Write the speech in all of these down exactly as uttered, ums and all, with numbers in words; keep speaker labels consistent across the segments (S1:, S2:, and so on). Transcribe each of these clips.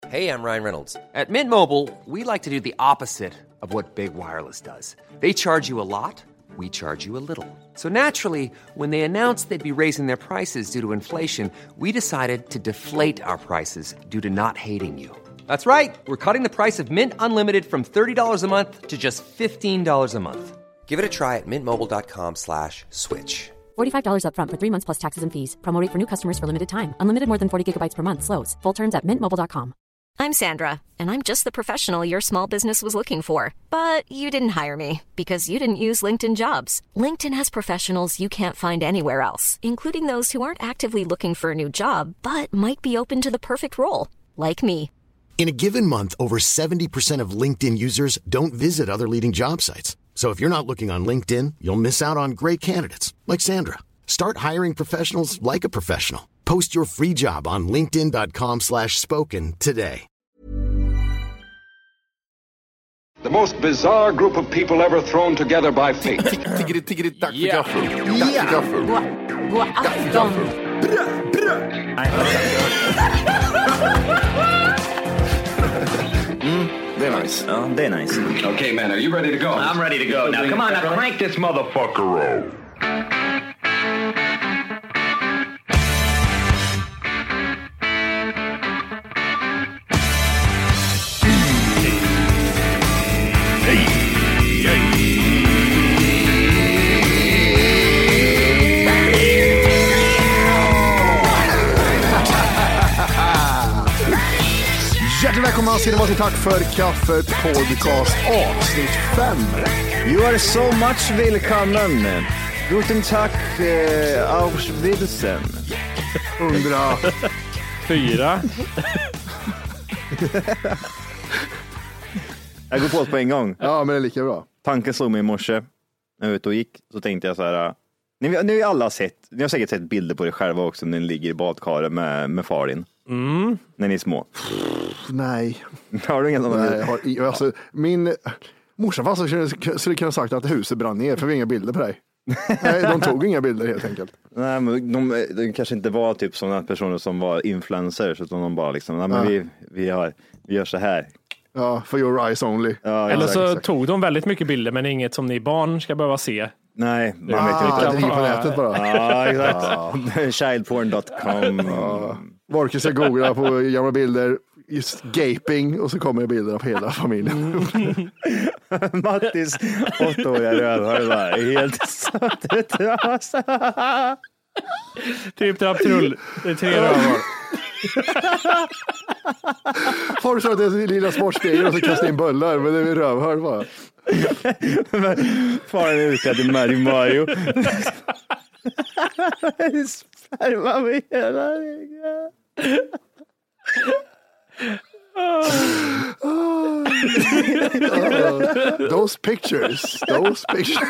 S1: Hey, I'm Ryan Reynolds. At Mint Mobile, we like to do the opposite of what Big Wireless does. They charge you a lot, we charge you a little. So naturally, when they announced they'd be raising their prices due to inflation, we decided to deflate our prices due to not hating you. That's right. We're cutting the price of Mint Unlimited from thirty dollars a month to just fifteen dollars a month. Give it a try at mintmobile.com slash switch.
S2: forty-five dollars up front for three months plus taxes and fees. Promo rate for new customers for limited time. Unlimited more than forty gigabytes per month. Slows full terms at mint mobile dot com.
S3: I'm Sandra, and I'm just the professional your small business was looking for. But you didn't hire me because you didn't use LinkedIn Jobs. LinkedIn has professionals you can't find anywhere else, including those who aren't actively looking for a new job, but might be open to the perfect role, like me.
S4: In a given month, over seventy percent of LinkedIn users don't visit other leading job sites. So if you're not looking on LinkedIn, you'll miss out on great candidates like Sandra. Start hiring professionals like a professional. Post your free job on linkedin.com slash spoken today.
S5: The most bizarre group of people ever thrown together by fate.
S6: Tiggeri, tiggeri, tack för gaffel. Tack för gaffel.
S2: God afton.
S6: Mm, det är nice.
S7: Ja, det är nice.
S5: Okay, man, are you ready to go?
S7: I'm ready to go. Now, come on, now crank this motherfucker up.
S6: Hjärtligt välkomna till varsin tack för kaffet podcast avsnitt fem.
S7: You are so much välkommen. Guten Tag, uh, auf Wiedersehen.
S6: Hundra.
S8: Fyra.
S7: Jag går på det på en gång.
S6: Ja, men det är lika bra.
S7: Tanken slog mig i morse när jag var ute och gick. Så tänkte jag så här. Ni, ni har alla sett, ni har säkert sett bilder på det själva också när ni ligger i badkaret med, med far din.
S8: Mm.
S7: När ni är små.
S6: Nej.
S7: Har du ingen sån?
S6: Nej, jag har, alltså, min morsa fast skulle kunna sagt att huset brann ner för vi har inga bilder på dig. Nej, de tog inga bilder helt enkelt.
S7: Nej, men de, de kanske inte var typ sådana personer som var influencers, utan de bara liksom, nej men ja. vi, vi, har, vi gör så här.
S6: Ja, for your eyes only.
S7: Ja,
S8: eller
S7: exakt,
S8: så
S7: exakt.
S8: Tog de väldigt mycket bilder, men inget som ni barn ska behöva se.
S7: Nej, man
S6: ah,
S7: vet inte.
S6: Det ligger på nätet bara.
S7: Ja, exakt. Ah. childporn dot com.
S6: Ja. Varken ska googla på gamla bilder, just gaping, och så kommer det bilder av hela familjen.
S7: Mattis åttaåriga rövhör var helt söt.
S8: Typ trapptrull. Det är tre rövhör.
S6: Har du så att det är lilla sportspegeln och så kastar in bullar, men det är rövhör bara.
S7: Faren är utklädd i Mario Mario. Sperma med hela ryggen.
S6: Those pictures, those pictures.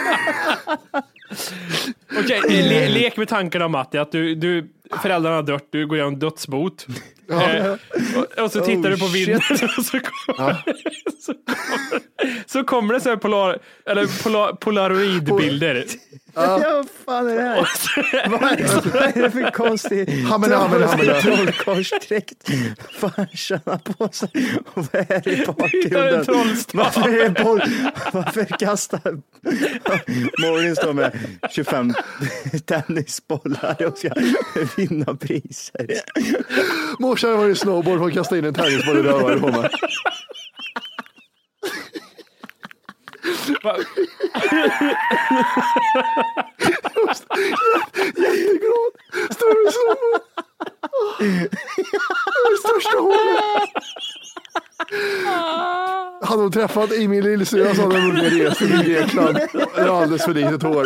S8: Okej, okay, le- lek med tanken om Matti att du, du föräldrarna har dött, du går igenom dödsbot. Ja. Eh, och, och så tittar oh, du på bilden och så kommer, ja. så kommer, så kommer det så här polar, eller polar, polaroidbilder.
S7: Ja, vad fan är det här? Vad är det för konstigt?
S6: Hamna, hamna, hamna.
S7: Trollkorsdräkt. Fan, känna på sig. Och vad är det i bakgrunden? Varför är det boll? Varför kastar Morin står med tjugofem tennisbollar och ska vinna priser.
S6: Morsan var i snowboard för att kasta in en tennisboll i rövare på mig. Jätteglad. Står i snowboard. Det är största hålet. Hade hon träffat i min lillsyrra så hade hon nog rest i Grekland. Det är alldeles för litet hår.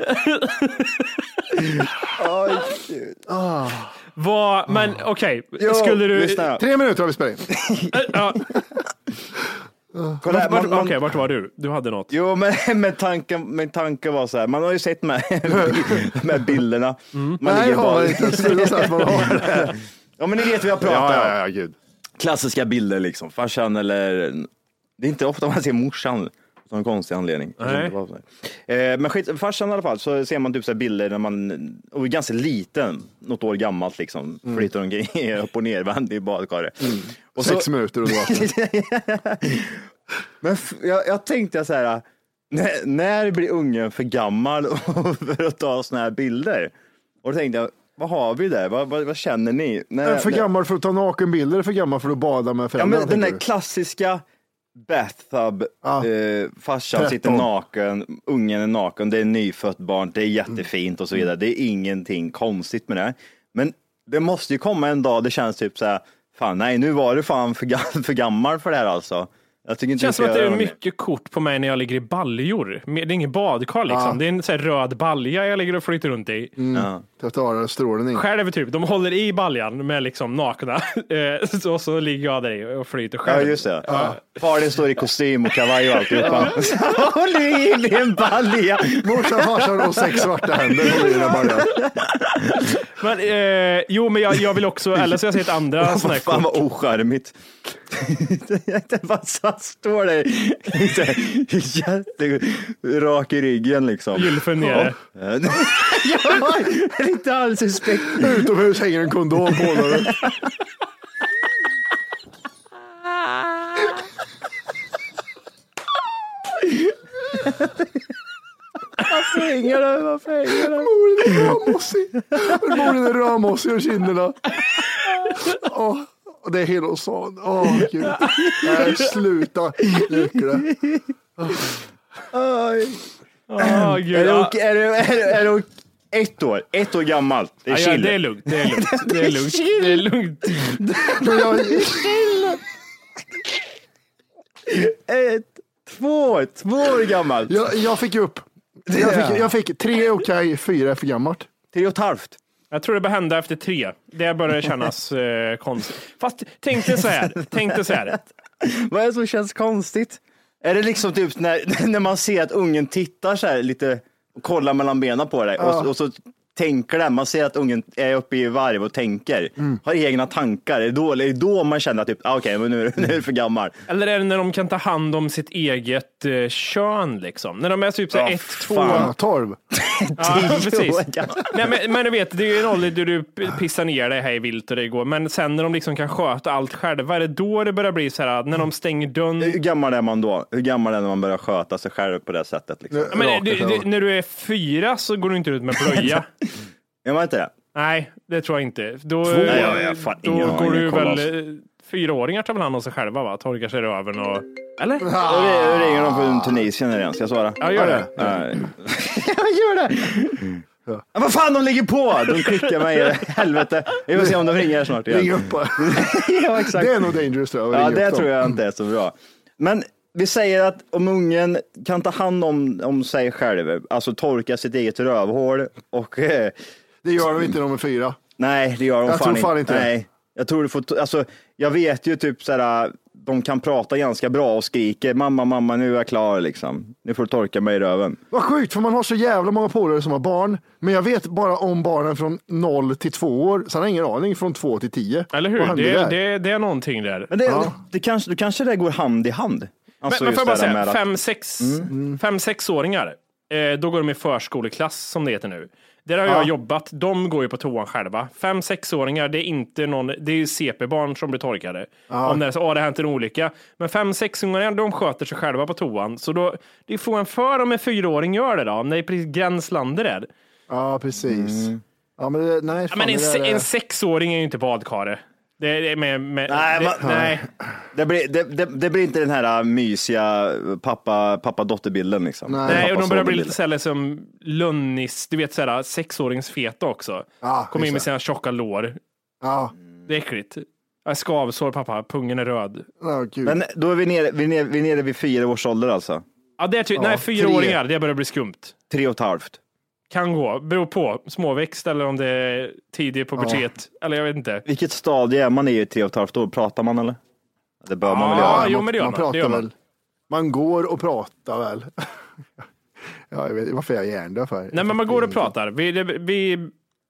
S7: Oj, gud.
S6: Ah.
S8: Vad, men okej, okay. Skulle du...
S6: Lyssna. Tre minuter har vi spelat in.
S8: Ja.
S7: Kolla,
S8: vart,
S7: man, man,
S8: okej, vart var du? Du hade något.
S7: Jo, men med tanken, med tanken var så här. Man har ju sett med, med bilderna.
S6: Mm. Man Nej, har man inte. Sluta så att man har det.
S7: Ja, men ni vet vad jag pratar
S6: om. Ja, ja, ja, gud.
S7: Klassiska bilder liksom. Farsan eller... Det är inte ofta man ser morsan. någon konstig anledning.
S8: Nej.
S7: Eh, men skit, farsan i alla fall, så ser man typ så här bilder när man och är ganska liten, något år gammalt liksom, mm. flyttar omkring upp och nervänd i badkaret.
S6: Mm.
S7: Och
S6: Sex
S7: så,
S6: minuter och då.
S7: Men f- jag, jag tänkte så här, när, när blir ungen för gammal för att ta såna här bilder? Och då tänkte jag, vad har vi där? Vad, vad, vad känner ni? När,
S6: för
S7: när...
S6: gammal för att ta nakenbilder eller för gammal för att bada med föräldrarna?
S7: Ja, men den där klassiska bathtub,
S6: ja.
S7: eh, farsan
S6: tretton
S7: sitter naken, ungen är naken, det är nyfött barn, det är jättefint och så vidare. Det är ingenting konstigt med det. Men det måste ju komma en dag, det känns typ så här, fan nej, nu var du fan för, gam- för gammal för det här alltså. Jag tycker inte
S8: det känns som att det är mycket
S7: mer.
S8: kort på mig när jag ligger i baljor. Det är ingen badkar liksom. Ja. Det är en så här röd balja jag ligger och flyter runt i.
S6: Mm. Ja. Tatar strålning.
S8: Själv typ, de håller i baljan med liksom nakna. så, så ligger jag där och flyter själv.
S7: Ja, just det. Ja. Faren står i kostym och kavaj och alltihopa. Håller i en balja.
S6: Morsan, farsan och sex svarta händer håller i den baljan.
S8: Men, eh, jo, men jag, jag vill också, eller så jag sett andra sådana här kort.
S7: Fan vad ocharmigt. Det bara så står där jätte rak i ryggen liksom.
S8: Gylfen nere.
S7: Ja, det är inte alls suspekt.
S6: Utomhus hänger en kondom på honom.
S7: Varför hänger det? Varför hänger det?
S6: Moren är rödmossig. Moren är rödmossig och kinderna. Åh. Och det är hela sån. Åh, oh, gud. Nej, sluta. Lyckla.
S7: Oj.
S8: Åh, gud.
S7: Är det, är det, är det, är det ett år? Ett år gammalt. Det är chill.
S8: Ja, ja, det är lugnt. Det är lugnt. Det är lugnt. Det är lugnt.
S6: Men jag...
S7: Ett, två, två år gammalt.
S6: Jag, jag fick upp. Jag fick, jag fick tre okej, okay, fyra för gammalt.
S7: Tre och ett halvt.
S8: Jag tror det börjar hända efter tre. Det börjar kännas eh, konstigt. Fast tänk dig så här. Tänk dig så här.
S7: Vad är det som känns konstigt? Är det liksom typ när, när man ser att ungen tittar så här lite och kollar mellan benen på dig ja. och, och så tänker den, man ser att ungen är uppe i varv och tänker, mm. har egna tankar. Är det då, är det då man känner att typ, ah, okej, okay, men nu, nu är det för gammal.
S8: Eller är det när de kan ta hand om sitt eget eh, kön liksom? När de är typ så här,
S7: ja,
S8: ett,
S7: fan.
S8: två...
S6: Tolv.
S8: Ja, precis. Nej, men, men du vet, det är ju en ålder där du pissar ner dig här i vilt och det går. Men sen när de liksom kan sköta allt själva, är det då det börjar bli så här, när de stänger dörren?
S7: Hur gammal är man då? Hur gammal är man när man börjar sköta sig själv på det sättet? Liksom?
S8: Ja, men, du, du, när du är fyra så går du inte ut med blöja.
S7: Jag var inte det?
S8: Nej, det tror jag inte. Då,
S7: Nej, jag, jag fan,
S8: då går du väl... Fyraåringar tar väl hand om sig själva, va? Torkar sig i röven och... Eller?
S7: Ah. Jag ringer dem från Tunisien redan, ska jag svara?
S8: Ja, gör det.
S7: Ja, gör det. Mm. Ja. Ja, vad fan, de ligger på! De klickar mig i helvete. Vi får se om de ringer snart igen.
S6: Ring upp.
S7: Ja, exakt.
S6: Det är nog dangerous tror jag.
S7: Ja, det tror jag inte är så bra. Men vi säger att om ungen kan ta hand om, om sig själv, alltså torka sitt eget rövhål och...
S6: Det gör de inte när de är fyra.
S7: Nej, det gör de
S6: jag
S7: fan,
S6: tror fan inte.
S7: inte. Nej. Jag tror du får, alltså, jag vet ju typ såhär, de kan prata ganska bra och skriker, mamma, mamma, nu är jag klar liksom. Nu får du torka mig i röven.
S6: Vad sjukt, för man har så jävla många polare som har barn. Men jag vet bara om barnen från noll till två år. Så har jag ingen aning från två till tio.
S8: Eller hur? Det, det, det är någonting där.
S7: Men det, ja. det, det, kanske, det kanske det går hand i hand. Alltså
S8: men men får jag bara säga,
S7: att...
S8: fem, sex, mm. fem, sexåringar, eh, då går de i förskoleklass som det heter nu. Där har jag ja. jobbat, de går ju på toan själva. Fem, sexåringar, det är inte någon, det är ju C P-barn som blir torkade. Ja. Om det är så, åh, det har hänt en olycka. Men fem, sexåringar, de sköter sig själva på toan. Så då, det får en för om en fyraåring gör det då, om det är precis gränslandet där.
S6: Ja, precis. Mm. Ja, men det, nej, fan,
S8: ja, men en,
S6: det
S8: en sexåring är ju inte badkare. Det, det, med, med,
S7: nej,
S8: det,
S7: man,
S8: nej.
S7: Det, blir, det, det, det blir inte den här mysiga pappa, pappa-dotterbilden liksom.
S8: Nej, nej och de börjar bli lite såhär som Lunnis, du vet såhär sexåringsfeta också.
S6: Ja,
S8: kommer in med sina tjocka lår.
S6: Ja.
S8: Det är äckligt. Jag skavsår pappa, pungen är röd.
S6: Oh,
S7: men då är vi nere, vi är nere, vi är nere vid fyra års ålder alltså.
S8: Ja, det är ty- ja, nej, fyraåringar, det börjar bli skumt.
S7: Tre och ett halvt.
S8: Kan gå, beror på småväxt eller om det är tidig pubertet, ja. Eller jag vet inte.
S7: Vilket stadie är man i tre och ett halvt år? Pratar man eller? Det bör man ja, väl göra.
S8: Jo, men det gör man.
S6: Man pratar
S8: det gör man.
S6: väl. Man går och pratar väl. Ja, jag vet varför jag är hjärndöd för.
S8: Nej, men man går och pratar. Vi, vi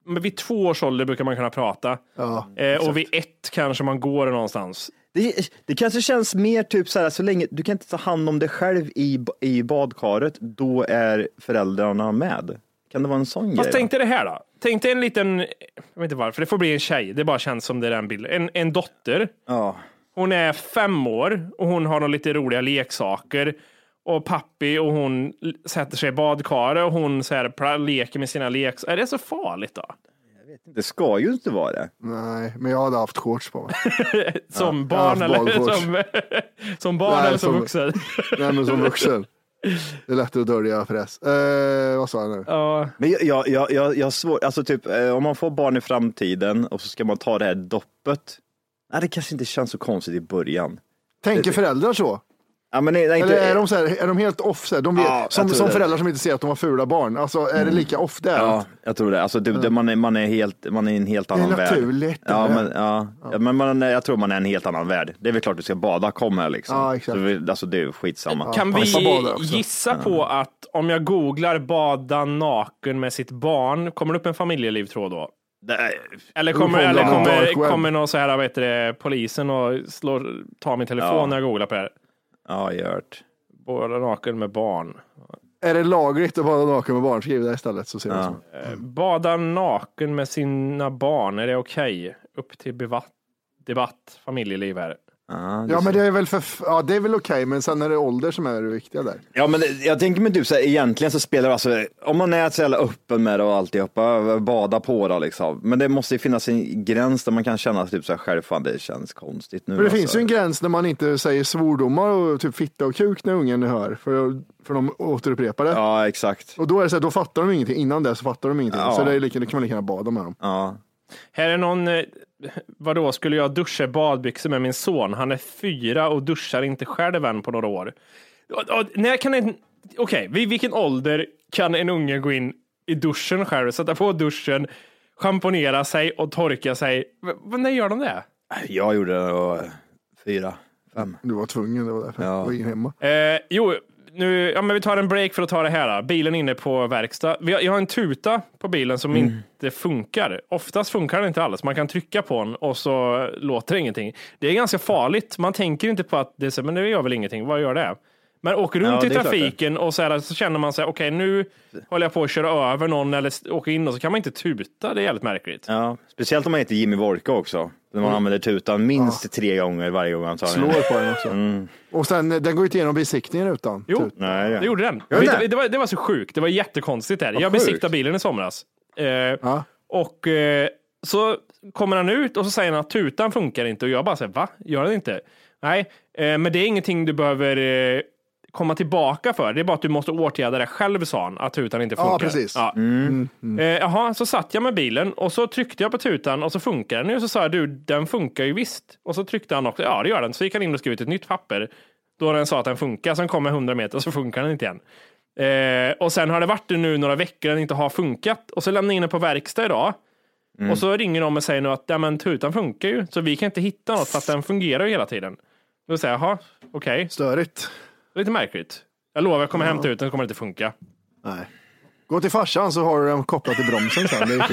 S8: men vid två års ålder brukar man kunna prata.
S6: Ja,
S8: eh, och vid ett kanske man går någonstans.
S7: Det, det kanske känns mer typ så här, så länge du kan inte ta hand om dig själv i, i badkaret, då är föräldrarna med. Kan det vara en sån
S8: Fast
S7: grej?
S8: Fast tänk dig det här då. Tänk dig en liten, jag vet inte varför, det får bli en tjej. Det bara känns som det är den bilden. En, en dotter.
S7: Ja.
S8: Hon är fem år och hon har några lite roliga leksaker. Och pappi och hon sätter sig i badkaret och hon så här, leker med sina leksaker. Är det så farligt då?
S7: Det ska ju inte vara det.
S6: Nej, men jag hade haft shorts på mig.
S8: som
S6: ja,
S8: barn eller som, som barn Nej, eller som, som vuxen?
S6: Nej, men som vuxen. Det är lättare att dölja press. Eh, vad sa jag nu?
S8: Ja.
S7: Men jag, jag, jag, jag, jag svår, alltså typ, eh, om man får barn i framtiden och så ska man ta det här doppet. Nej, det kanske inte känns så konstigt i början.
S6: Tänker
S7: det,
S6: föräldrar så?
S7: Ja, men nej, nej,
S6: Eller
S7: inte,
S6: är de, så här, är de helt off? Så här, de vet, ja, som som föräldrar som inte ser att de har fula barn. Alltså är mm. det lika off där?
S7: Ja, jag tror det. Alltså, det, det man, är, man, är helt, man är i en helt annan värld.
S6: Det är naturligt.
S7: Ja, men, ja. ja. men man, jag tror man är en helt annan värld. Det är väl klart du ska bada, kom här liksom.
S6: Ja, exakt.
S7: Så vi, alltså, det är skitsamma.
S8: Kan vi gissa på ja. att om jag googlar bada naken med sitt barn, kommer det upp en familjeliv-tråd då?
S7: Är,
S8: eller kommer, eller kommer, kommer någon så här, vet du, polisen och slår, tar min telefon ja. när jag googlar på det här?
S7: Ja, gjort.
S8: Bada naken med barn.
S6: Är det lagligt att bada naken med barn? Skriv det istället så ser ja.
S8: mm. Bada naken med sina barn, är det okej? Okay? Upp till debatt, debatt familjeliv här.
S6: Ah, ja, men det är väl för, ja, det är väl okej, okay, men sen är det ålder som är det viktiga där.
S7: Ja, men jag tänker mig typ så här, egentligen så spelar det alltså, om man är så jävla öppen med det och alltihopa, bada på det liksom. Men det måste ju finnas en gräns där man kan känna typ så här själv, fan det känns konstigt nu.
S6: För det
S7: alltså.
S6: finns ju en gräns när man inte säger svordomar och typ fitta och kuk när ungen hör, för, för de återupprepar det.
S7: Ja, exakt.
S6: Och då är det så här, då fattar de ingenting, innan det så fattar de ingenting. Ja. Så det, är lika, det kan man lika gärna bada med dem.
S7: Ja.
S8: Här är någon, vadå, skulle jag duscha badbyxor med min son? Han är fyra och duschar inte själv än på några år. Och, och, när kan en, okej, okay, vid vilken ålder kan en unge gå in i duschen själv, sätta på duschen, schamponera sig och torka sig? V- när gör de det?
S7: Jag gjorde det då fyra, fem.
S6: Du var tvungen, det var därför. Ja. Jag var ingen hemma.
S8: Eh, jo, nu, ja, men vi tar en break för att ta det här. Då. Bilen inne på verkstad. Vi har, jag har en tuta på bilen som mm. inte funkar. Oftast funkar den inte alls. Man kan trycka på den och så låter det ingenting. Det är ganska farligt. Man tänker inte på att det är så, men det gör väl ingenting. Vad gör det? Man åker runt ja, i trafiken och så, här, så känner man sig, okej, okay, nu håller jag på att köra över någon eller åka in och så kan man inte tuta. Det är jävligt märkligt.
S7: Ja, speciellt om man heter Jimmy Vorka också. När man mm. använder tutan minst ja. tre gånger varje gång han tar
S6: slår den. På den också. Mm. Och sen, den går ju inte igenom besiktningen utan.
S8: Jo,
S7: Nej, ja.
S8: det gjorde den. Det, det, det, var, det var så sjukt. Det var jättekonstigt där. Jag besiktade bilen i somras. Eh, ja. Och eh, så kommer han ut och så säger han att tutan funkar inte. Och jag bara säger, va? Gör den inte? Nej, eh, men det är ingenting du behöver eh, komma tillbaka för. Det är bara att du måste åtgärda det själv, sa han, att tutan inte funkar.
S6: Ja, precis.
S8: Ja.
S6: Mm. Mm.
S8: Eh, jaha, så satt jag med bilen och så tryckte jag på tutan och så funkar den. Och så sa jag, du, den funkar ju visst. Och så tryckte han också, ja det gör den. Så gick han in och skrev ut ett nytt papper. Då den sa att den funkar. Sen kom jag hundra meter och så funkar den inte igen. Eh, och sen har det varit nu några veckor den inte har funkat. Och så lämnade jag in den på verkstad idag. Mm. Och så ringer de och säger nu att ja, men tutan funkar ju. Så vi kan inte hitta något för att den fungerar ju hela tiden. Då säger jag, jaha, okej. Okay.
S6: Störigt.
S8: Lite märkligt. Jag lovar, jag kommer ja. hämta ut den, kommer inte funka.
S6: Nej. Gå till farsan så har du den kopplat till bromsen sen. Det är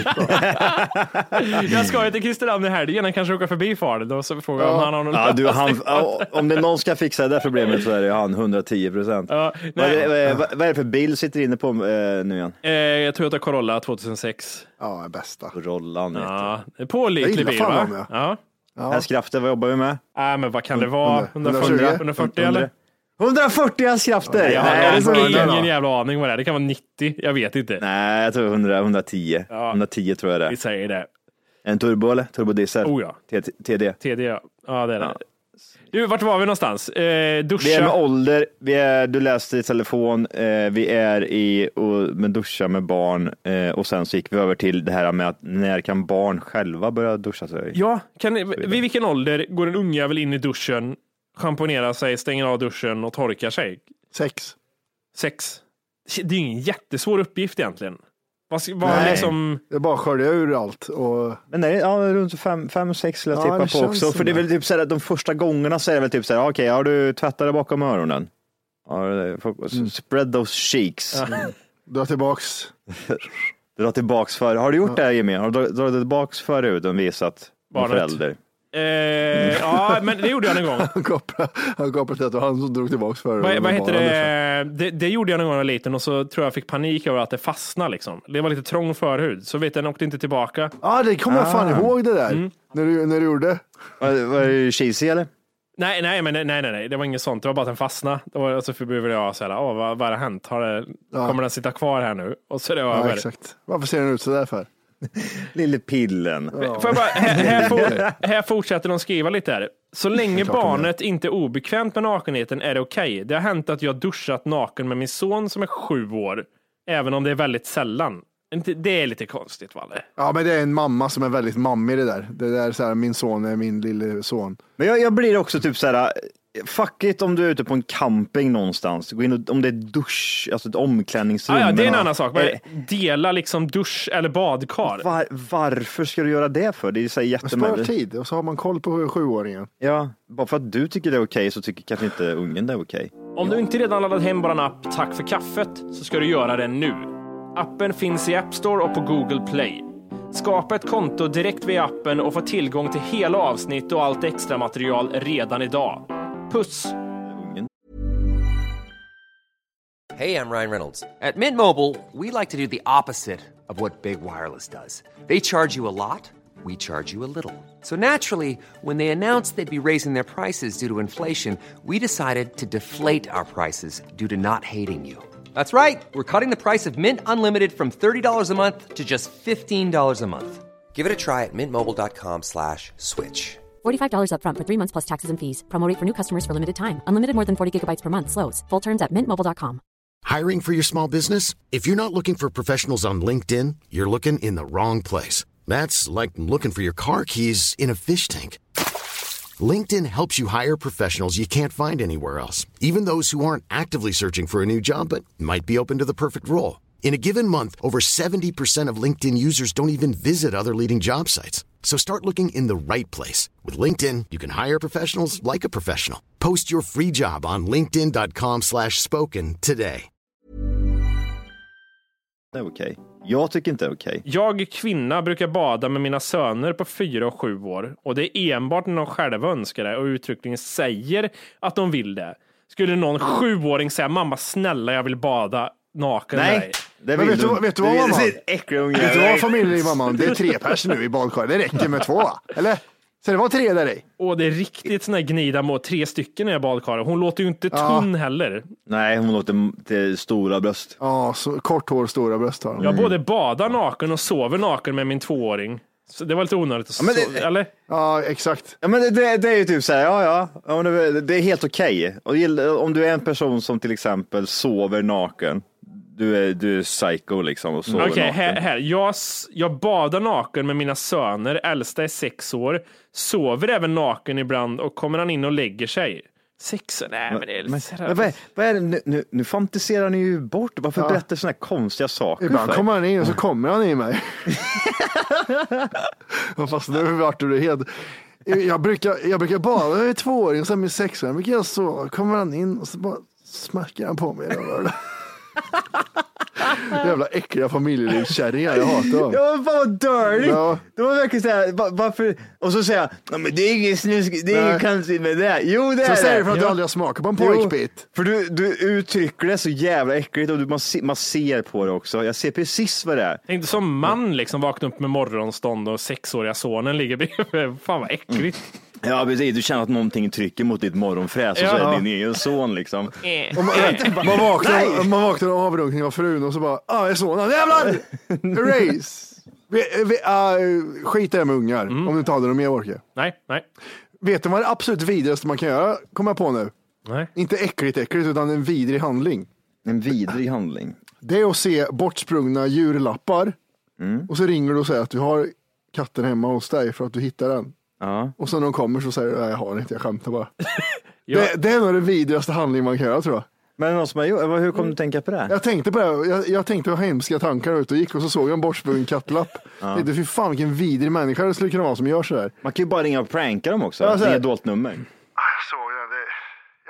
S6: skitbra.
S8: Jag ska ju till Kristinehamn i helgen. Han kanske åker förbi faren. Då så frågar
S7: ja.
S8: om han har någon
S7: ja, du, han, om det är någon ska fixa det där problemet så är det han hundratio procent. Ja, vad, är, vad, vad är det för bil sitter inne på eh, nu igen?
S8: Eh, jag tror att jag Corolla tjugohundrasex.
S6: Ja, bästa.
S7: Corollan.
S8: Ja, pålitlig bil, va?
S6: Ja.
S8: Ja.
S7: Ja. Hästkrafter, vad jobbar vi med?
S8: Nej, äh, men vad kan det vara? hundrafyrtio, hundrafyrtio eller?
S7: hundrafyrtio hästkrafter.
S8: Nej, jag har Nej, alltså ingen, ingen jävla aning vad det är. Det kan vara nittio, jag vet inte.
S7: Nej, jag tror hundra, hundratio. Ja. hundratio tror jag det är.
S8: Vi säger det.
S7: En turbo eller? Turbodiesel?
S8: Oh ja.
S7: T D.
S8: T D, ja. Ja, det är det. Ja. Du, vart var vi någonstans? Eh, duscha.
S7: Vi är med ålder, vi är, du läste i telefon, eh, vi är i och, med duscha med barn eh, och sen så gick vi över till det här med att när kan barn själva börja duscha sig?
S8: Ja, kan, vid vilken ålder går en unge väl in i duschen, schamponerar sig, stänger av duschen och torkar sig?
S6: Sex.
S8: Sex. Det är ingen jättesvår uppgift egentligen. Vad, vad nej, liksom...
S6: det är bara att skölja ur allt. Och...
S7: Men nej, ja, runt fem, fem sex skulle jag
S6: ja,
S7: tippa på också. För det är väl typ så här, de första gångerna så är det väl typ så här, okej, okay, har du tvättat det bakom öronen? Ja, mm. Spread those cheeks.
S6: Mm. Dra tillbaks.
S7: Dra tillbaks för. Har du gjort ja. det här, Jimmy? Har du dragit tillbaks förut och visat
S8: Barnet.
S7: förälder?
S8: Eh, ja, men det gjorde jag en gång.
S6: Han kopplade till att det var han som drog tillbaks förut.
S8: Vad, vad heter det? det? Det gjorde jag någon gång när jag var liten och så tror jag fick panik över att det fastnade liksom. Det var lite trång förhud. Så vet jag, den åkte inte tillbaka.
S6: Ja, ah, det kommer jag fan ah. ihåg det där. Mm. När, du, när du gjorde det.
S7: Var, var det cheesy eller?
S8: Nej, nej, men nej, nej, nej, det var inget sånt. Det var bara att den fastnade. Då var så förbjudde jag säga, åh, vad, vad har hänt? Har det, ja. Kommer den sitta kvar här nu? Och så det var
S6: ja, exakt. Varför ser den ut så där för?
S7: Lille pillen.
S8: Ja. Får jag bara, här, här, for, här fortsätter de skriva lite här. Så länge barnet inte är obekvämt med nakenheten är det okej. Okay. Det har hänt att jag duschat naken med min son som är sju år. Även om det är väldigt sällan. Det är lite konstigt, Valle.
S6: Ja, men det är en mamma som är väldigt mammig det där. Det där är så här, min son är min lille son.
S7: Men jag, jag blir också typ så här, fuck it om du är ute på en camping någonstans. Gå in och, om det är dusch, alltså ett omklädningsrum.
S8: Ah, ja, det är en annan sak. Men dela liksom dusch eller badkar.
S7: Var, varför ska du göra det för? Det är så jättemärkligt.
S6: Spara tid och så har man koll på sjuåringen.
S7: Ja, bara för att du tycker det är okej så tycker kanske inte ungen det är okej.
S8: Om
S7: ja.
S8: du inte redan laddat hem bara en app Tack för kaffet så ska du göra det nu. Appen finns i App Store och på Google Play. Skapa ett konto direkt via appen och få tillgång till hela avsnitt och allt extra material redan idag. Puss!
S1: Hey, I'm Ryan Reynolds. At Mint Mobile, we like to do the opposite of what Big Wireless does. They charge you a lot, we charge you a little. So naturally, when they announced they'd be raising their prices due to inflation, we decided to deflate our prices due to not hating you. That's right. We're cutting the price of Mint Unlimited from thirty dollars a month to just fifteen dollars a month. Give it a try at mintmobile.com slash switch.
S2: forty-five dollars up front for three months plus taxes and fees. Promo rate for new customers for limited time. Unlimited more than forty gigabytes per month. Slows full terms at mint mobile dot com.
S4: Hiring for your small business? If you're not looking for professionals on LinkedIn, you're looking in the wrong place. That's like looking for your car keys in a fish tank. LinkedIn helps you hire professionals you can't find anywhere else, even those who aren't actively searching for a new job but might be open to the perfect role. In a given month, over seventy percent of LinkedIn users don't even visit other leading job sites. So start looking in the right place. With LinkedIn, you can hire professionals like a professional. Post your free job on linkedin dot com slash spoken today.
S7: Det är okej. Jag tycker inte det är okej.
S8: Jag, kvinna, brukar bada med mina söner på fyra och sju år. Och det är enbart när de själva önskar det och uttryckligen säger att de vill det. Skulle någon sjuåring säga, mamma snälla jag vill bada naken?
S7: Nej,
S8: Nej.
S7: Det
S6: men vet du, vet du vad mamma?
S7: Äcklig unge.
S6: Vet du vad familjen i mamma? Det är tre personer nu i badkar. Det räcker med två, eller? Så det var tre där i.
S8: Och det är riktigt sån här gnida mot tre stycken i badkar. Hon låter ju inte tunn ja. heller.
S7: Nej, hon låter till stora bröst.
S6: Ja, så kort hår, stora bröst har hon.
S8: Jag både badar naken och sover naken med min tvååring. Så det var lite onödigt att ja, sova, eller?
S6: Ja, exakt.
S7: Ja, men det, det, det är ju typ så här, ja, ja. ja det, det är helt okej. Okay. Och om du är en person som till exempel sover naken, du är, du är psycho liksom och sover
S8: okay,
S7: naken.
S8: Här, här. Jag, jag badar naken med mina söner, äldsta är sex år, sover även naken ibland och kommer han in och lägger sig. Sex, nej men det är
S7: men, men, vad, är, vad är det nu, nu, nu fantiserar ni ju bort. Varför ja. berättar såna här konstiga saker?
S6: Ibland kommer han in och så kommer han i mig. Fast nu vart du helt... Jag brukar, jag brukar bada med tvååringen som är sex år. Jag brukar så kommer han in och så bara smackar han på mig. Jävla äckliga familjelivskärringar, jag hatar dem.
S7: Ja, men fan vad dirty. Ja. Det var verkligen såhär, varför? Och så säger jag, ja, men det är inget snusk, det är inget konstigt med det. Jo, det är
S6: så
S7: det.
S6: Så säger du för att
S7: ja.
S6: du aldrig har smakat på en pojkbit.
S7: För du, du uttrycker det så jävla äckligt och du, man, se, man ser på det också. Jag ser precis vad det är.
S8: Inte som man liksom vaknar upp med morgonstånd och sexåriga sonen ligger bredvid. Fan vad äckligt. Mm.
S7: Ja, precis. Du känner att någonting trycker mot ditt morgonfräs och ja. så är det din egen son liksom.
S6: Och man, man vaknar, man vaknar av avrunkning av frun och så bara, ah, jag är sonen, jävlar! Erase! Vi, vi, uh, skit är med ungar, mm. om du inte hade dem mer orkar.
S8: Nej, nej.
S6: Vet du vad det absolut vidrigaste man kan göra, kommer jag på nu?
S8: Nej.
S6: Inte äckligt äckligt, utan en vidrig handling.
S7: En vidrig handling? Det
S6: är att se bortsprungna djurlappar mm. och så ringer du och säger att du har katten hemma hos dig för att du hittar den.
S7: Ja.
S6: Och så när de kommer så säger du, nej jag har inte, jag skämtar bara. ja. det, det är nog den vidrigaste handling man kan göra, tror jag.
S7: Men någon som har gjort, hur kom du tänka på det?
S6: Jag tänkte på det, jag, jag tänkte på hemska tankar ut och gick och så såg jag en bortsprungen kattlapp. Ja. Det är fy fan vilken vidrig människa det skulle kunna vara som gör så där.
S7: Man kan ju bara ringa och pranka dem också, ja, det är ett dolt nummer.
S6: Jag såg det, det, jag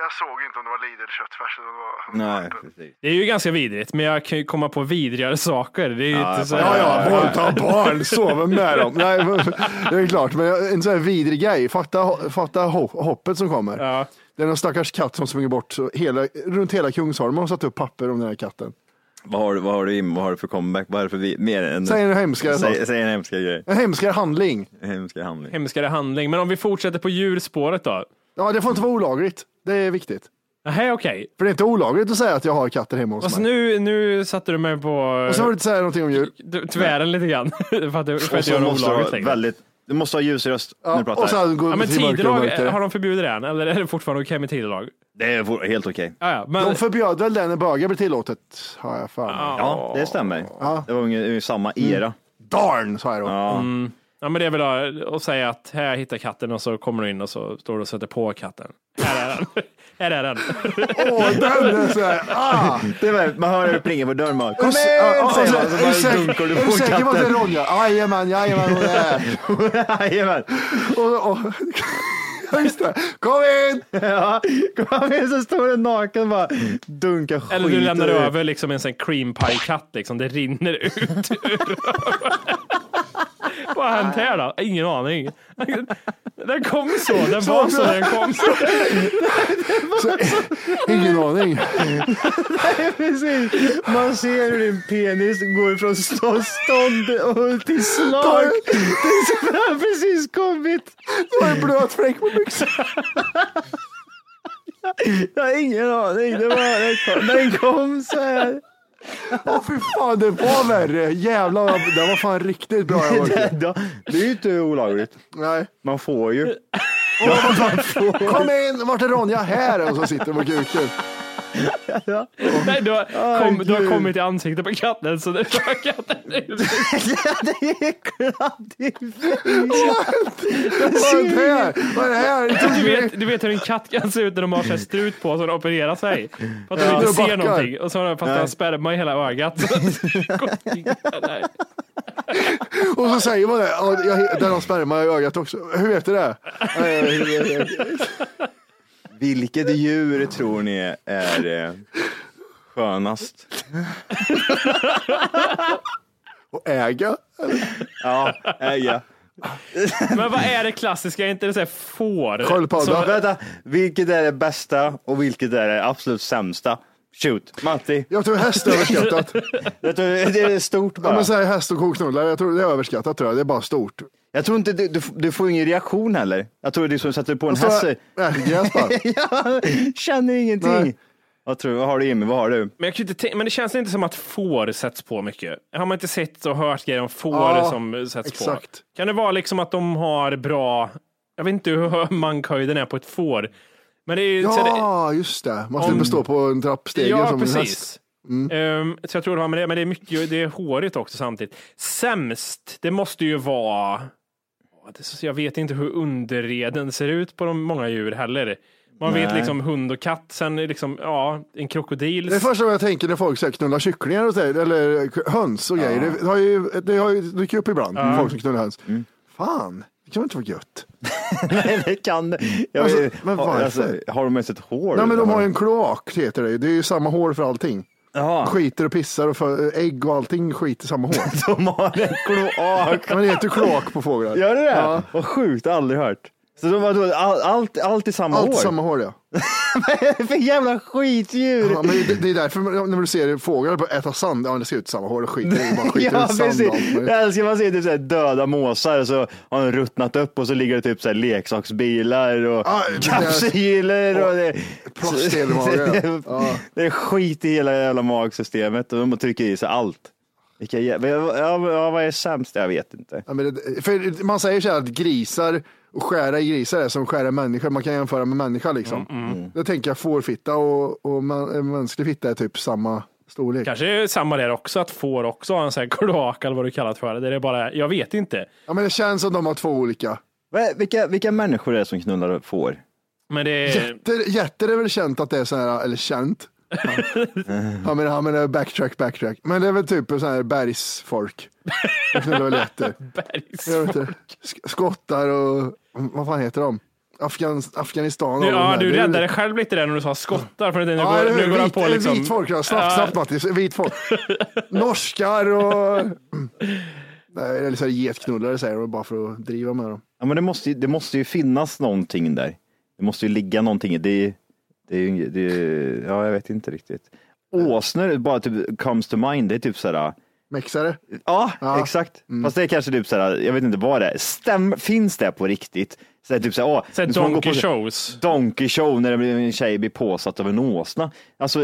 S6: jag såg inte om det var Lidl köttfärs eller vad.
S7: Nej, precis.
S8: Det är ju ganska vidrigt, men jag kan ju komma på vidrigare saker. Det är ju
S7: Ja,
S8: inte så
S6: Ja, ja, våldta barn, sova med dem. Nej, det är klart, men en sån här vidrig grej. Fatta, fatta hoppet som kommer.
S8: Ja.
S6: Det är någon stackars katt som springer bort så hela, runt hela Kungsholmen och satt upp papper om den här katten.
S7: Vad har, vad har du in? Vad har du för comeback? Vad är det för vi, mer än
S6: Säg en hemskare sak.
S7: säg, säg en hemskare grej.
S6: En hemskare handling.
S7: En hemskare handling.
S8: Hemskare handling. Men om vi fortsätter på djurspåret då?
S6: Ja, det får inte vara olagligt. Det är viktigt.
S8: Nej, okej.
S6: För det är inte olagligt att säga att jag har katter hemma hos
S8: Alltså
S6: mig.
S8: nu, nu satte du mig på
S6: Och så har du inte säga någonting om djur.
S8: d- tvären lite grann. för att, det- för
S7: Och
S8: att
S7: så
S8: göra
S7: måste du
S8: olagligt
S7: ha
S8: längre.
S7: väldigt, du måste ha ljusröst när
S6: Ja,
S7: du pratar.
S6: och sen går
S8: Ja, men
S6: till mörker och
S8: tidelag,
S6: mörker.
S8: har de förbjudit det än? Eller är det fortfarande okej med tidelag?
S7: Det är for- helt okej.
S8: Ja, ja, men...
S6: De förbjöd väl den när bögar blev tillåtet, har jag för mig.
S7: Ja, det stämmer.
S6: Ja.
S7: Det var ungefär samma era.
S6: Darn, sa jag då.
S7: Ja.
S8: Ja, men det är väl att säga att här hittar katten och så kommer du in och så står du och sätter på katten. Här är den. Här är den.
S6: Åh, den är så här, ah!
S7: Det var, man hör det plinga på dörren. Man, kom
S6: Ja,
S7: in!
S6: och så-
S7: Säger man,
S6: är du
S7: så bara
S6: säker-
S7: dunkar du
S6: är du
S7: på
S6: säker på att det är
S7: katten.
S6: Ronja? Jajamän, jajamän, hon är.
S7: Jajamän.
S6: Och, och, ja, just det. Kom in!
S7: Ja, kom in så står den naken och bara dunkar skit.
S8: Eller du lämnar
S7: ur.
S8: över liksom en sån cream pie katt liksom. Det rinner ut ur. Vad har hänt här då? Ingen aning. Den kom så. Den var så den kom så.
S6: Så, ingen aning.
S7: Precis. Man ser hur din penis går från stå- stånd och till slag. Det har precis kommit.
S6: Det var en blöt fläck på byxan.
S7: Jag har ingen aning. Det var, den, kom, den kom så här.
S6: Åh fy fan, det var värre. Jävlar, det var fan riktigt bra. Jag
S7: Det, det är ju inte olagligt.
S6: Nej.
S7: Man får ju.
S6: Kom in, vart är Ronja? Här. Och så sitter på kuken.
S8: Nej, du har, kom, du har
S7: Gud.
S8: kommit i ansiktet på katten så det var katten.
S7: Det är kladdigt.
S6: Vad är det här? Vad är det här?
S8: Du vet, du vet hur en katt kan se ut när de har så här strut på så de opererar sig. För att de
S6: Ja.
S8: inte
S6: De
S8: ser
S6: backar.
S8: någonting. Och så har de fast de har sperma i hela ögat. Nej.
S6: Och så säger man det. Ja, jag, den har sperma i ögat också. Hur vet du det?
S7: Vilket djur tror ni är eh, skönast?
S6: Och äga?
S7: Ja, äga.
S8: Men vad är det klassiska? Är inte det så här får?
S6: Sköldpadda.
S8: Så-
S7: Vänta, vilket är det bästa och vilket är det absolut sämsta? Shoot, Matti.
S6: Jag tror häst är överskattat.
S7: Jag tror det är stort
S6: Ja,
S7: bara.
S6: men säg häst och koknullar. Jag tror det är överskattat, tror jag. Det är bara stort.
S7: Jag tror inte du, du, du får ingen reaktion heller. Jag tror det är som sätter på en
S6: Och så
S7: häst.
S6: älggräs bara.
S7: Ja, känner ingenting.
S6: Nej.
S7: Vad tror du? Vad har du Jimmy? Vad har du?
S8: Men, jag kan inte tänka, men det känns inte som att får sätts på mycket. Har man inte sett och hört grejer om får
S6: Ja,
S8: som sätts
S6: exakt.
S8: på? Kan det vara liksom att de har bra, jag vet inte hur mankhöjden är på ett får. Men det är ju, så det,
S6: Ja, just det. Man slipper
S8: Om-
S6: stå på en trappstege
S8: ja,
S6: som en häst.
S8: precis. Ehm, så jag tror det var med det, men det är mycket, det är hårigt också samtidigt. Sämst, det måste ju vara, Åh, det är så- jag vet inte hur underreden ser ut på de många djur heller. Man vet
S7: Nej.
S8: liksom hund och katt, sen är liksom, ja, en krokodil.
S6: Det är första gången jag tänker när folk säger knullar kycklingar och säger, eller höns och grejer. Det har ju, det har ju dykt upp ibland, folk som knullar höns. Fan, det kan väl inte vara gött?
S7: Nej, det kan jag
S6: Alltså,
S7: vet-
S6: men
S7: har-
S6: varför?
S7: alltså, har de ens ett hår?
S6: Nej, men de har ju en kloak, heter det. Det är ju samma hår för allting.
S7: Ja,
S6: Skiter och pissar och för, ägg och allting skiter i samma hår.
S7: de har en kloak.
S6: Men det heter kloak på fåglar.
S7: Gör det det?
S6: Ja.
S7: Vad sjukt, aldrig hört. Så de har då all, allt, allt i samma
S6: Allt
S7: hår?
S6: samma hår, ja.
S7: För jävla skitdjur.
S6: Ja, men det, det är därför när du ser fåglar på äta sand, ja, det ser ut samma hår, och skiter i, bara skiter
S7: Ja,
S6: i sand och allt
S7: precis.
S6: möjligt.
S7: Jag älskar man ser typ så här döda måsar och så har de ruttnat upp och så ligger det typ så här leksaksbilar och
S6: Ja, det är-
S7: kapsyler och det,
S6: Plast i hela magen. Ja.
S7: det är skit i hela jävla magsystemet och de trycker i sig allt. Vilka jä- ja, ja, vad är sämst? Jag vet inte.
S6: Ja, men det, för man säger så här att grisar och skära i grisar är som skära människor. Man kan jämföra med människa liksom. Mm. Då tänker jag fårfitta och, och man, mänsklig fitta är typ samma storlek.
S8: Kanske är det samma där också, att får också ha en sån här kloak eller vad du kallar det för. Det är bara, jag vet inte.
S6: Ja, men det känns som de har två olika.
S7: Vad- Vilka, vilka människor är det som knullar och får?
S8: Men det är,
S6: Jätter, jätter är väl känt att det är så här, eller känt. Ja, men, ja, men det är backtrack, backtrack. Men det är väl typ så här bergsfolk. Det knullar väl jätter. Jag vet inte. Sk- Skottar och, vad fan heter de? Afgan, Afghanistan.
S8: Ja, du
S6: räddade
S8: dig själv lite där när du sa skottar. För nu,
S6: ja,
S8: går, nu går
S6: vit,
S8: han på liksom...
S6: Vit folk, ja. Snabbt, snabbt Mattis. Vit folk. Norskar och... Nej, eller så är det getknullare säger de bara för att driva med dem.
S7: Ja, men det måste, det måste ju finnas någonting där. Det måste ju ligga någonting. Det, det, det, ja, jag vet inte riktigt. Åsnor, bara typ comes to mind, det är typ sådär...
S6: Mexare?
S7: Ja,
S6: ja.
S7: exakt.
S6: Mm.
S7: Fast det är kanske typ sådär, jag vet inte vad det är. Stäm, finns det på riktigt? Så det är typ såhär, åh,
S8: så donkey shows.
S7: Donkey show när det blir en tjej blir påsatt av en åsna. Alltså,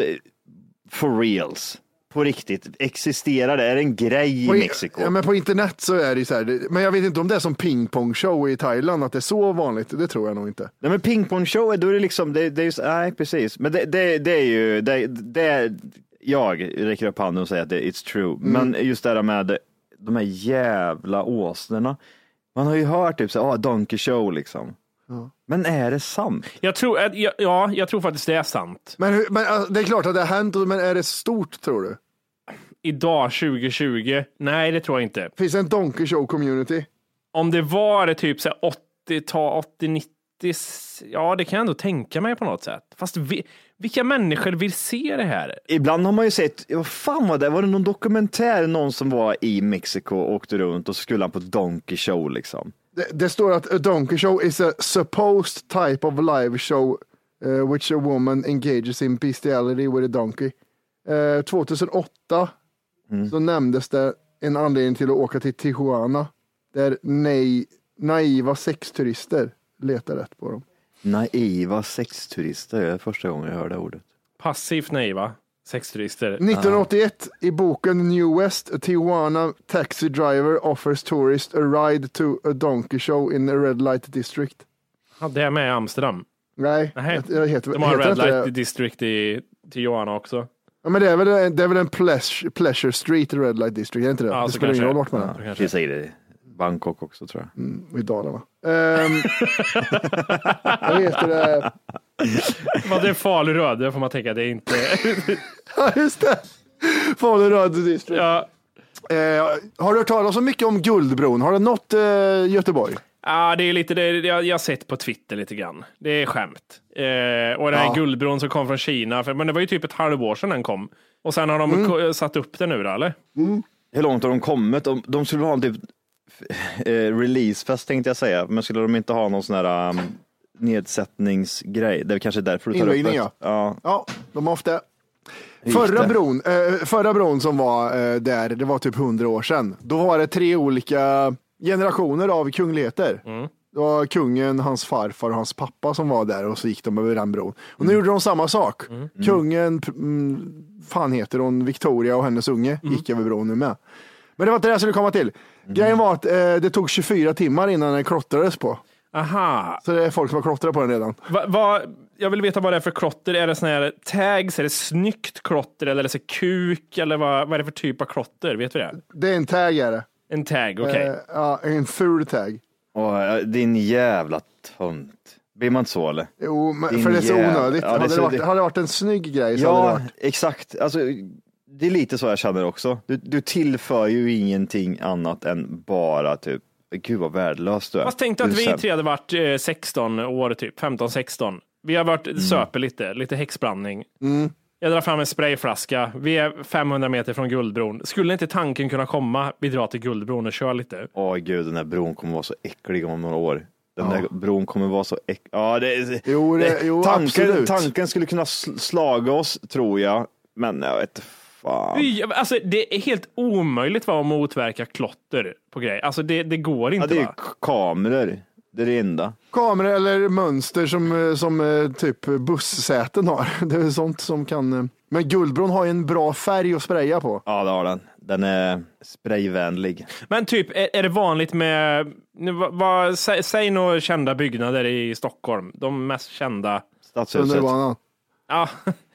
S7: for reals. På riktigt, existerar det? Är det en grej i Mexiko?
S6: Ja, men på internet så är det så här. Men jag vet inte om det är som pingpong show i Thailand, att det är så vanligt. Det tror jag nog inte.
S7: Nej, men pingpong show, då är det liksom, det, det är just, nej precis. Men det, det, det är ju, det, det är, jag räcker upp handen och säger att det, it's true. Mm. Men just det här med de här jävla åsnorna. Man har ju hört typ så ah, donkey show liksom. Ja. Men är det sant?
S8: Jag tror, ja, jag tror faktiskt det är sant.
S6: Men, men det är klart att det har hänt, men är det stort tror du?
S8: Idag tjugo tjugo? Nej, det tror jag inte.
S6: Finns det en donkey show community?
S8: Om det var det typ så åttio nittio, ja det kan jag ändå tänka mig på något sätt. Fast vi, vilka människor vill se det här?
S7: Ibland har man ju sett, vad fan var det? Var det någon dokumentär, någon som var i Mexiko och åkte runt och så skulle han på donkey show liksom?
S6: Det, det står att a donkey show is a supposed type of live show uh, which a woman engages in bestiality with a donkey. Uh, tjugohundraåtta mm. så nämndes det en anledning till att åka till Tijuana där nej, naiva sexturister letar rätt på dem.
S7: Naiva sexturister, det är första gången jag hörde ordet.
S8: Passivt naiva sexturister.
S6: nittonhundraåttioett ah. i boken New West, a Tijuana taxi driver offers tourist a ride to a donkey show in a red light district.
S8: Ja, det är med i Amsterdam.
S6: Nej,
S8: Nej.
S6: Jag heter,
S8: de har
S6: heter
S8: red light
S6: det?
S8: district i Tijuana också.
S6: Ja, men det är väl, det är väl en pleasure, pleasure street red light district, är inte det?
S8: Ja,
S6: det spelar ingen roll vart man är.
S7: Ja, det säger det. Bangkok också tror jag.
S6: Mm, i Dalarna. Um, vad heter det?
S8: Vad det är Faluröd, det får man tänka, det är inte...
S6: Ja, just det. Faluröd district.
S8: Ja.
S6: Uh, har du hört talas så mycket om Guldbron? Har det nått uh, Göteborg?
S8: Ja, det är lite det jag, jag har sett på Twitter lite grann. Det är skämt. Eh, och den här ja. Guldbron som kom från Kina, för, men det var ju typ ett halvår sedan den kom. Och sen har de mm. satt upp den nu då, eller?
S7: Mm. Hur långt har de kommit? De, de skulle ha en typ eh, releasefest tänkte jag säga, men skulle de inte ha någon sån här um, nedsättningsgrej? Det är kanske därför du tar upp det.
S6: Ja.
S7: Ja.
S6: ja, de har haft det. Förra bron, eh, förra bron som var eh, där, det var typ hundra år sedan. Då var det tre olika generationer av kungligheter. Mm. Det var kungen, hans farfar och hans pappa som var där och så gick de över den bron. Och nu mm. gjorde de samma sak. Mm. Kungen, mm, fan heter hon, Victoria och hennes unge mm. gick över bron nu med. Men det var inte det jag skulle komma till. Mm. Grejen var att eh, det tog tjugofyra timmar innan den klottrades på.
S8: Aha.
S6: Så det är folk som har klottrat på den redan.
S8: Va, va, jag vill veta vad det är för klotter. Är det sån här tags? Är det snyggt klotter? Eller är det så kuk? Eller vad, vad är det för typ av klotter? Vet vi det?
S6: Det är en tag är det.
S8: En tag, okej. Okay.
S6: Uh, ja, en ful tag.
S7: Åh, din jävla tönt. Blir man inte så eller?
S6: Jo, men, för det är så jävla... onödigt. Ja, det hade, det varit, det... hade det varit en snygg grej så
S7: ja,
S6: hade det varit...
S7: exakt. Alltså, det är lite så jag känner också. Du, du tillför ju ingenting annat än bara typ, gud vad värdelöst du är.
S8: Fast tänkte att vi tre hade varit eh, sexton år typ, femton sexton. Vi har varit mm. söper lite, lite häxblandning.
S6: Mm.
S8: Jag drar fram en sprayflaska. Vi är femhundra meter från Guldbron. Skulle inte tanken kunna komma, vi drar till Guldbron och kör lite?
S7: Åh gud, den här bron kommer vara så äcklig om några år. Den ja. där bron kommer vara så äcklig. Ja, det,
S6: jo, det, jo,
S7: tanken, tanken skulle kunna slaga oss, tror jag. Men jag vet fan.
S8: Alltså, det är helt omöjligt va, att motverka klotter på grejer. Alltså, det, det går inte.
S7: Ja, det är
S8: va?
S7: kameror. Det är det enda.
S6: Kameror eller mönster som, som typ bussäten har. Det är sånt som kan... Men Guldbron har ju en bra färg att spraya på.
S7: Ja, det har den. Den är sprayvänlig.
S8: Men typ, är, är det vanligt med... Vad, vad, sä, säg några kända byggnader i Stockholm. De mest kända.
S7: Stadshuset.
S8: Ja,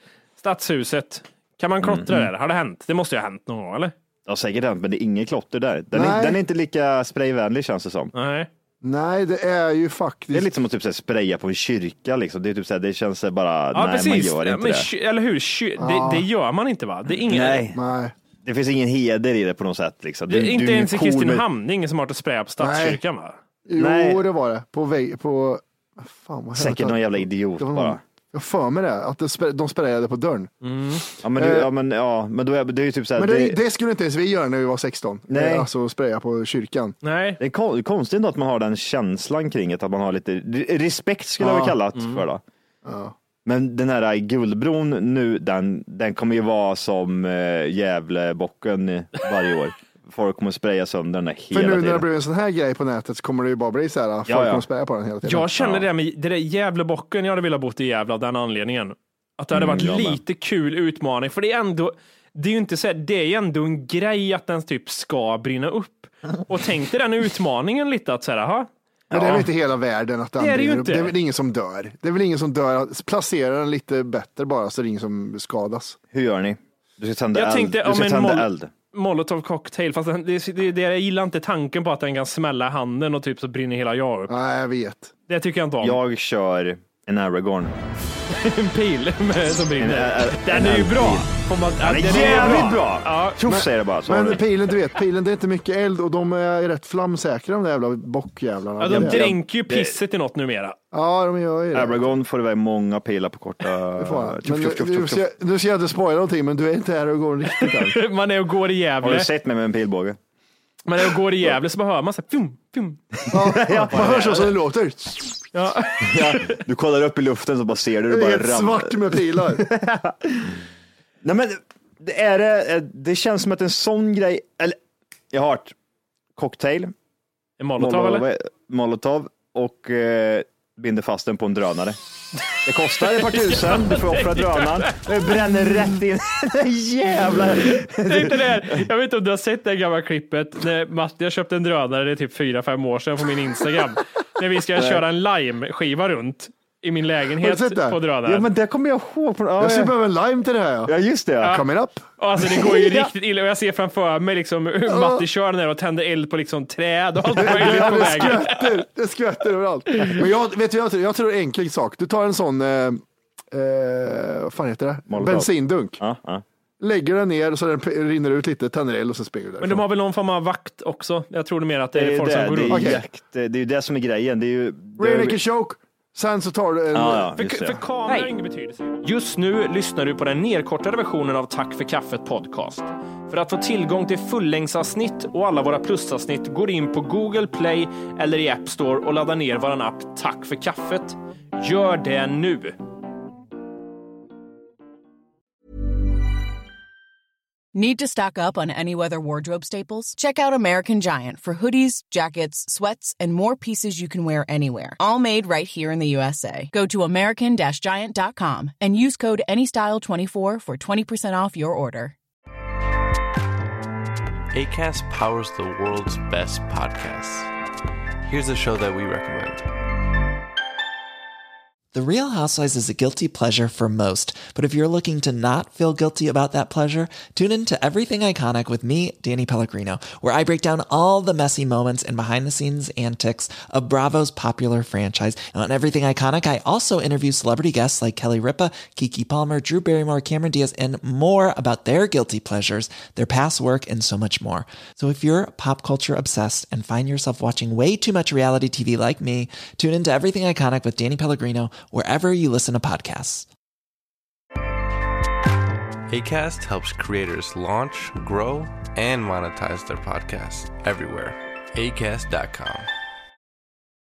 S8: Stadshuset. Kan man klottra mm. där? Har det hänt? Det måste ju ha hänt någon gång, eller?
S7: Ja, säkert hänt, men det är inget klotter där. Den, är, den är inte lika sprayvänlig, känns det som.
S8: Nej.
S6: Nej, det är ju faktiskt...
S7: Det är lite som att typ, så här, spraya på en kyrka. Liksom. Det, är typ, så här, det känns bara...
S8: Ja,
S7: nej,
S8: precis.
S7: man gör inte
S8: men,
S7: det.
S8: Eller hur? Kyr... Ja. Det, det gör man inte, va? Det är ingen...
S7: nej.
S6: nej.
S7: Det finns ingen heder i det på något sätt. Liksom.
S8: Det är
S7: du,
S8: inte
S7: du är
S8: ens i
S7: cool
S8: Kristinehamn.
S7: med...
S8: Det är ingen som har att spraya på stadskyrkan, va?
S6: Jo, nej. det var det. På, väg, på Fan, vad
S7: Säkert någon jävla idiot
S6: någon,
S7: bara.
S6: Jag för mig det, att det, de sprayade på dörren.
S8: Mm.
S7: Ja, men, du, ja, men, ja, men då är det är ju typ så här.
S6: Men det,
S7: det,
S6: det skulle inte ens vi göra när vi var sexton.
S7: Nej.
S6: Alltså spraya på kyrkan.
S8: Nej.
S7: det är kon- konstigt att man har den känslan kring det, att man har lite respekt skulle
S6: Ja.
S7: jag väl kalla det
S8: Mm.
S7: för då.
S6: Ja.
S7: Men den här Guldbron nu, den, den kommer ju vara som äh, Gävlebocken varje år. Folk kommer spraya sönder den där hela
S6: För nu
S7: tiden.
S6: när det blir en sån här grej på nätet så kommer det ju bara bli så här. Folk
S7: Ja, ja.
S6: kommer spraya på den hela tiden.
S8: Jag känner
S7: Ja.
S8: det med det där Gävlebocken, jag hade velat bott i Gävle av den anledningen. Att det hade varit
S7: Mm, jag med.
S8: lite kul utmaning. För det är ändå, det är ju inte så här, det är ju ändå en grej att den typ ska brinna upp. Och tänk dig den utmaningen lite att så här, aha.
S6: Men det är
S8: Ja.
S6: väl inte hela världen att den
S8: Det är det ju
S6: brinner upp.
S8: inte.
S6: Det är väl ingen som dör. Det är väl ingen som dör. Placera den lite bättre bara så det är ingen som skadas.
S7: Hur gör ni? Du ska tända
S8: Jag
S7: eld.
S8: tänkte
S7: du
S8: om
S7: ska
S8: en
S7: tända
S8: mol-
S7: eld.
S8: Molotov cocktail, fast det, det, det, jag gillar inte tanken på att den kan smälla i handen och typ så brinner hela jag upp.
S6: Nej, jag vet.
S8: Det tycker jag inte om.
S7: Jag kör en Aragorn.
S8: En pil med, som brinner.
S7: En- en-
S8: Den är ju
S7: en
S8: bra.
S7: pil.
S8: Får man, ja,
S7: Den är jävligt bra.
S8: Ja.
S7: Tjoff säger det bara. Så har
S6: Men
S7: du.
S6: pilen, du vet, pilen det är inte mycket eld och de är rätt flamsäkra de där jävla bockjävlarna.
S8: Ja,
S6: Det
S8: de
S6: är det.
S8: dränker ju pisset i något numera.
S6: Ja, de gör ju det.
S7: Aragorn får iväg många pilar på korta...
S6: Det får han.
S7: Tjoff,
S6: Men
S7: tjoff, tjoff,
S6: du,
S7: tjoff,
S6: ska,
S7: tjoff.
S6: du ska inte spoila någonting, men du är inte Aragorn riktigt än.
S8: Man är och går i
S7: Har
S8: Gävle.
S7: du sett mig med en pilbåge?
S8: Man är och går i Gävle så bara hör man så här, fjum, fjum.
S6: Ja, man hör så som det låter.
S8: Ja.
S7: Ja, du kollar upp i luften så bara ser du det
S6: Det är
S7: bara
S6: helt
S7: ramlar.
S6: svart med pilar.
S7: Nej men det är det, det känns som att en sån grej, eller jag har hört cocktail,
S8: En molotov eller?
S7: molotov och eh, binder fast den på en drönare. Det kostar ett par tusen, du får offra drönaren, det bränner rätt in. Jävlar.
S8: Det är inte det. Jag vet inte om du har sett det gamla klippet när Matti har köpt en drönare, det är typ fyra, fem år sedan på min Instagram. När vi ska köra en lime-skiva runt i min lägenhet
S6: Har du sett det?
S8: på drönaren.
S7: Ja men det kommer jag ihåg. Från, ja,
S6: Jag skulle
S7: ja.
S6: behöva en lime till det här. Ja.
S7: ja just det. Ja.
S6: Coming up.
S8: Och alltså det går ju
S7: Ja.
S8: riktigt illa och jag ser framför mig liksom hur Matti kör ner och tänder eld på liksom träd och allt
S6: Det,
S8: möjligt
S6: det,
S8: på
S6: det
S8: vägen.
S6: skvätter, det skvätter överallt. Men jag, vet du, jag, tror, jag tror det är en enkel sak. Du tar en sån, eh, eh, vad fan heter det?
S7: Molotov.
S6: Bensindunk.
S7: Ja, ja.
S6: Lägger den ner så den p- rinner ut lite, tänder eld och så springer du
S8: Men
S6: därifrån.
S8: de har väl någon form av vakt också? Jag tror det mer att det är,
S7: Det är,
S8: folk
S7: det,
S8: som går
S7: det, är
S8: runt.
S6: Okej.
S7: jakt, det, det är ju det som är grejen. Det är ju... det är-
S6: Rainmaker choke. Sen så tar du en...
S7: Ja, ja,
S8: För,
S7: just
S8: för
S7: det.
S8: kameran har ingen betydelse. Just nu lyssnar du på den nedkortade versionen av Tack för kaffet podcast. För att få tillgång till fullängdsavsnitt och alla våra plusavsnitt går in på Google Play eller i App Store och laddar ner våran app Tack för kaffet. Gör det nu!
S9: Need to stock up on any weather wardrobe staples? Check out American Giant for hoodies, jackets, sweats, and more pieces you can wear anywhere. All made right here in the U S A. Go to american giant dot com and use code any style twenty-four for twenty percent off your order.
S10: Acast powers the world's best podcasts. Here's a show that we recommend.
S11: The Real Housewives is a guilty pleasure for most, but if you're looking to not feel guilty about that pleasure, tune in to Everything Iconic with me, Danny Pellegrino, where I break down all the messy moments and behind-the-scenes antics of Bravo's popular franchise. And on Everything Iconic, I also interview celebrity guests like Kelly Ripa, Keke Palmer, Drew Barrymore, Cameron Diaz, and more about their guilty pleasures, their past work, and so much more. So if you're pop culture obsessed and find yourself watching way too much reality T V like me, tune in to Everything Iconic with Danny Pellegrino, wherever you listen to podcasts.
S10: Acast helps creators launch, grow, and monetize their podcasts everywhere. acast dot com.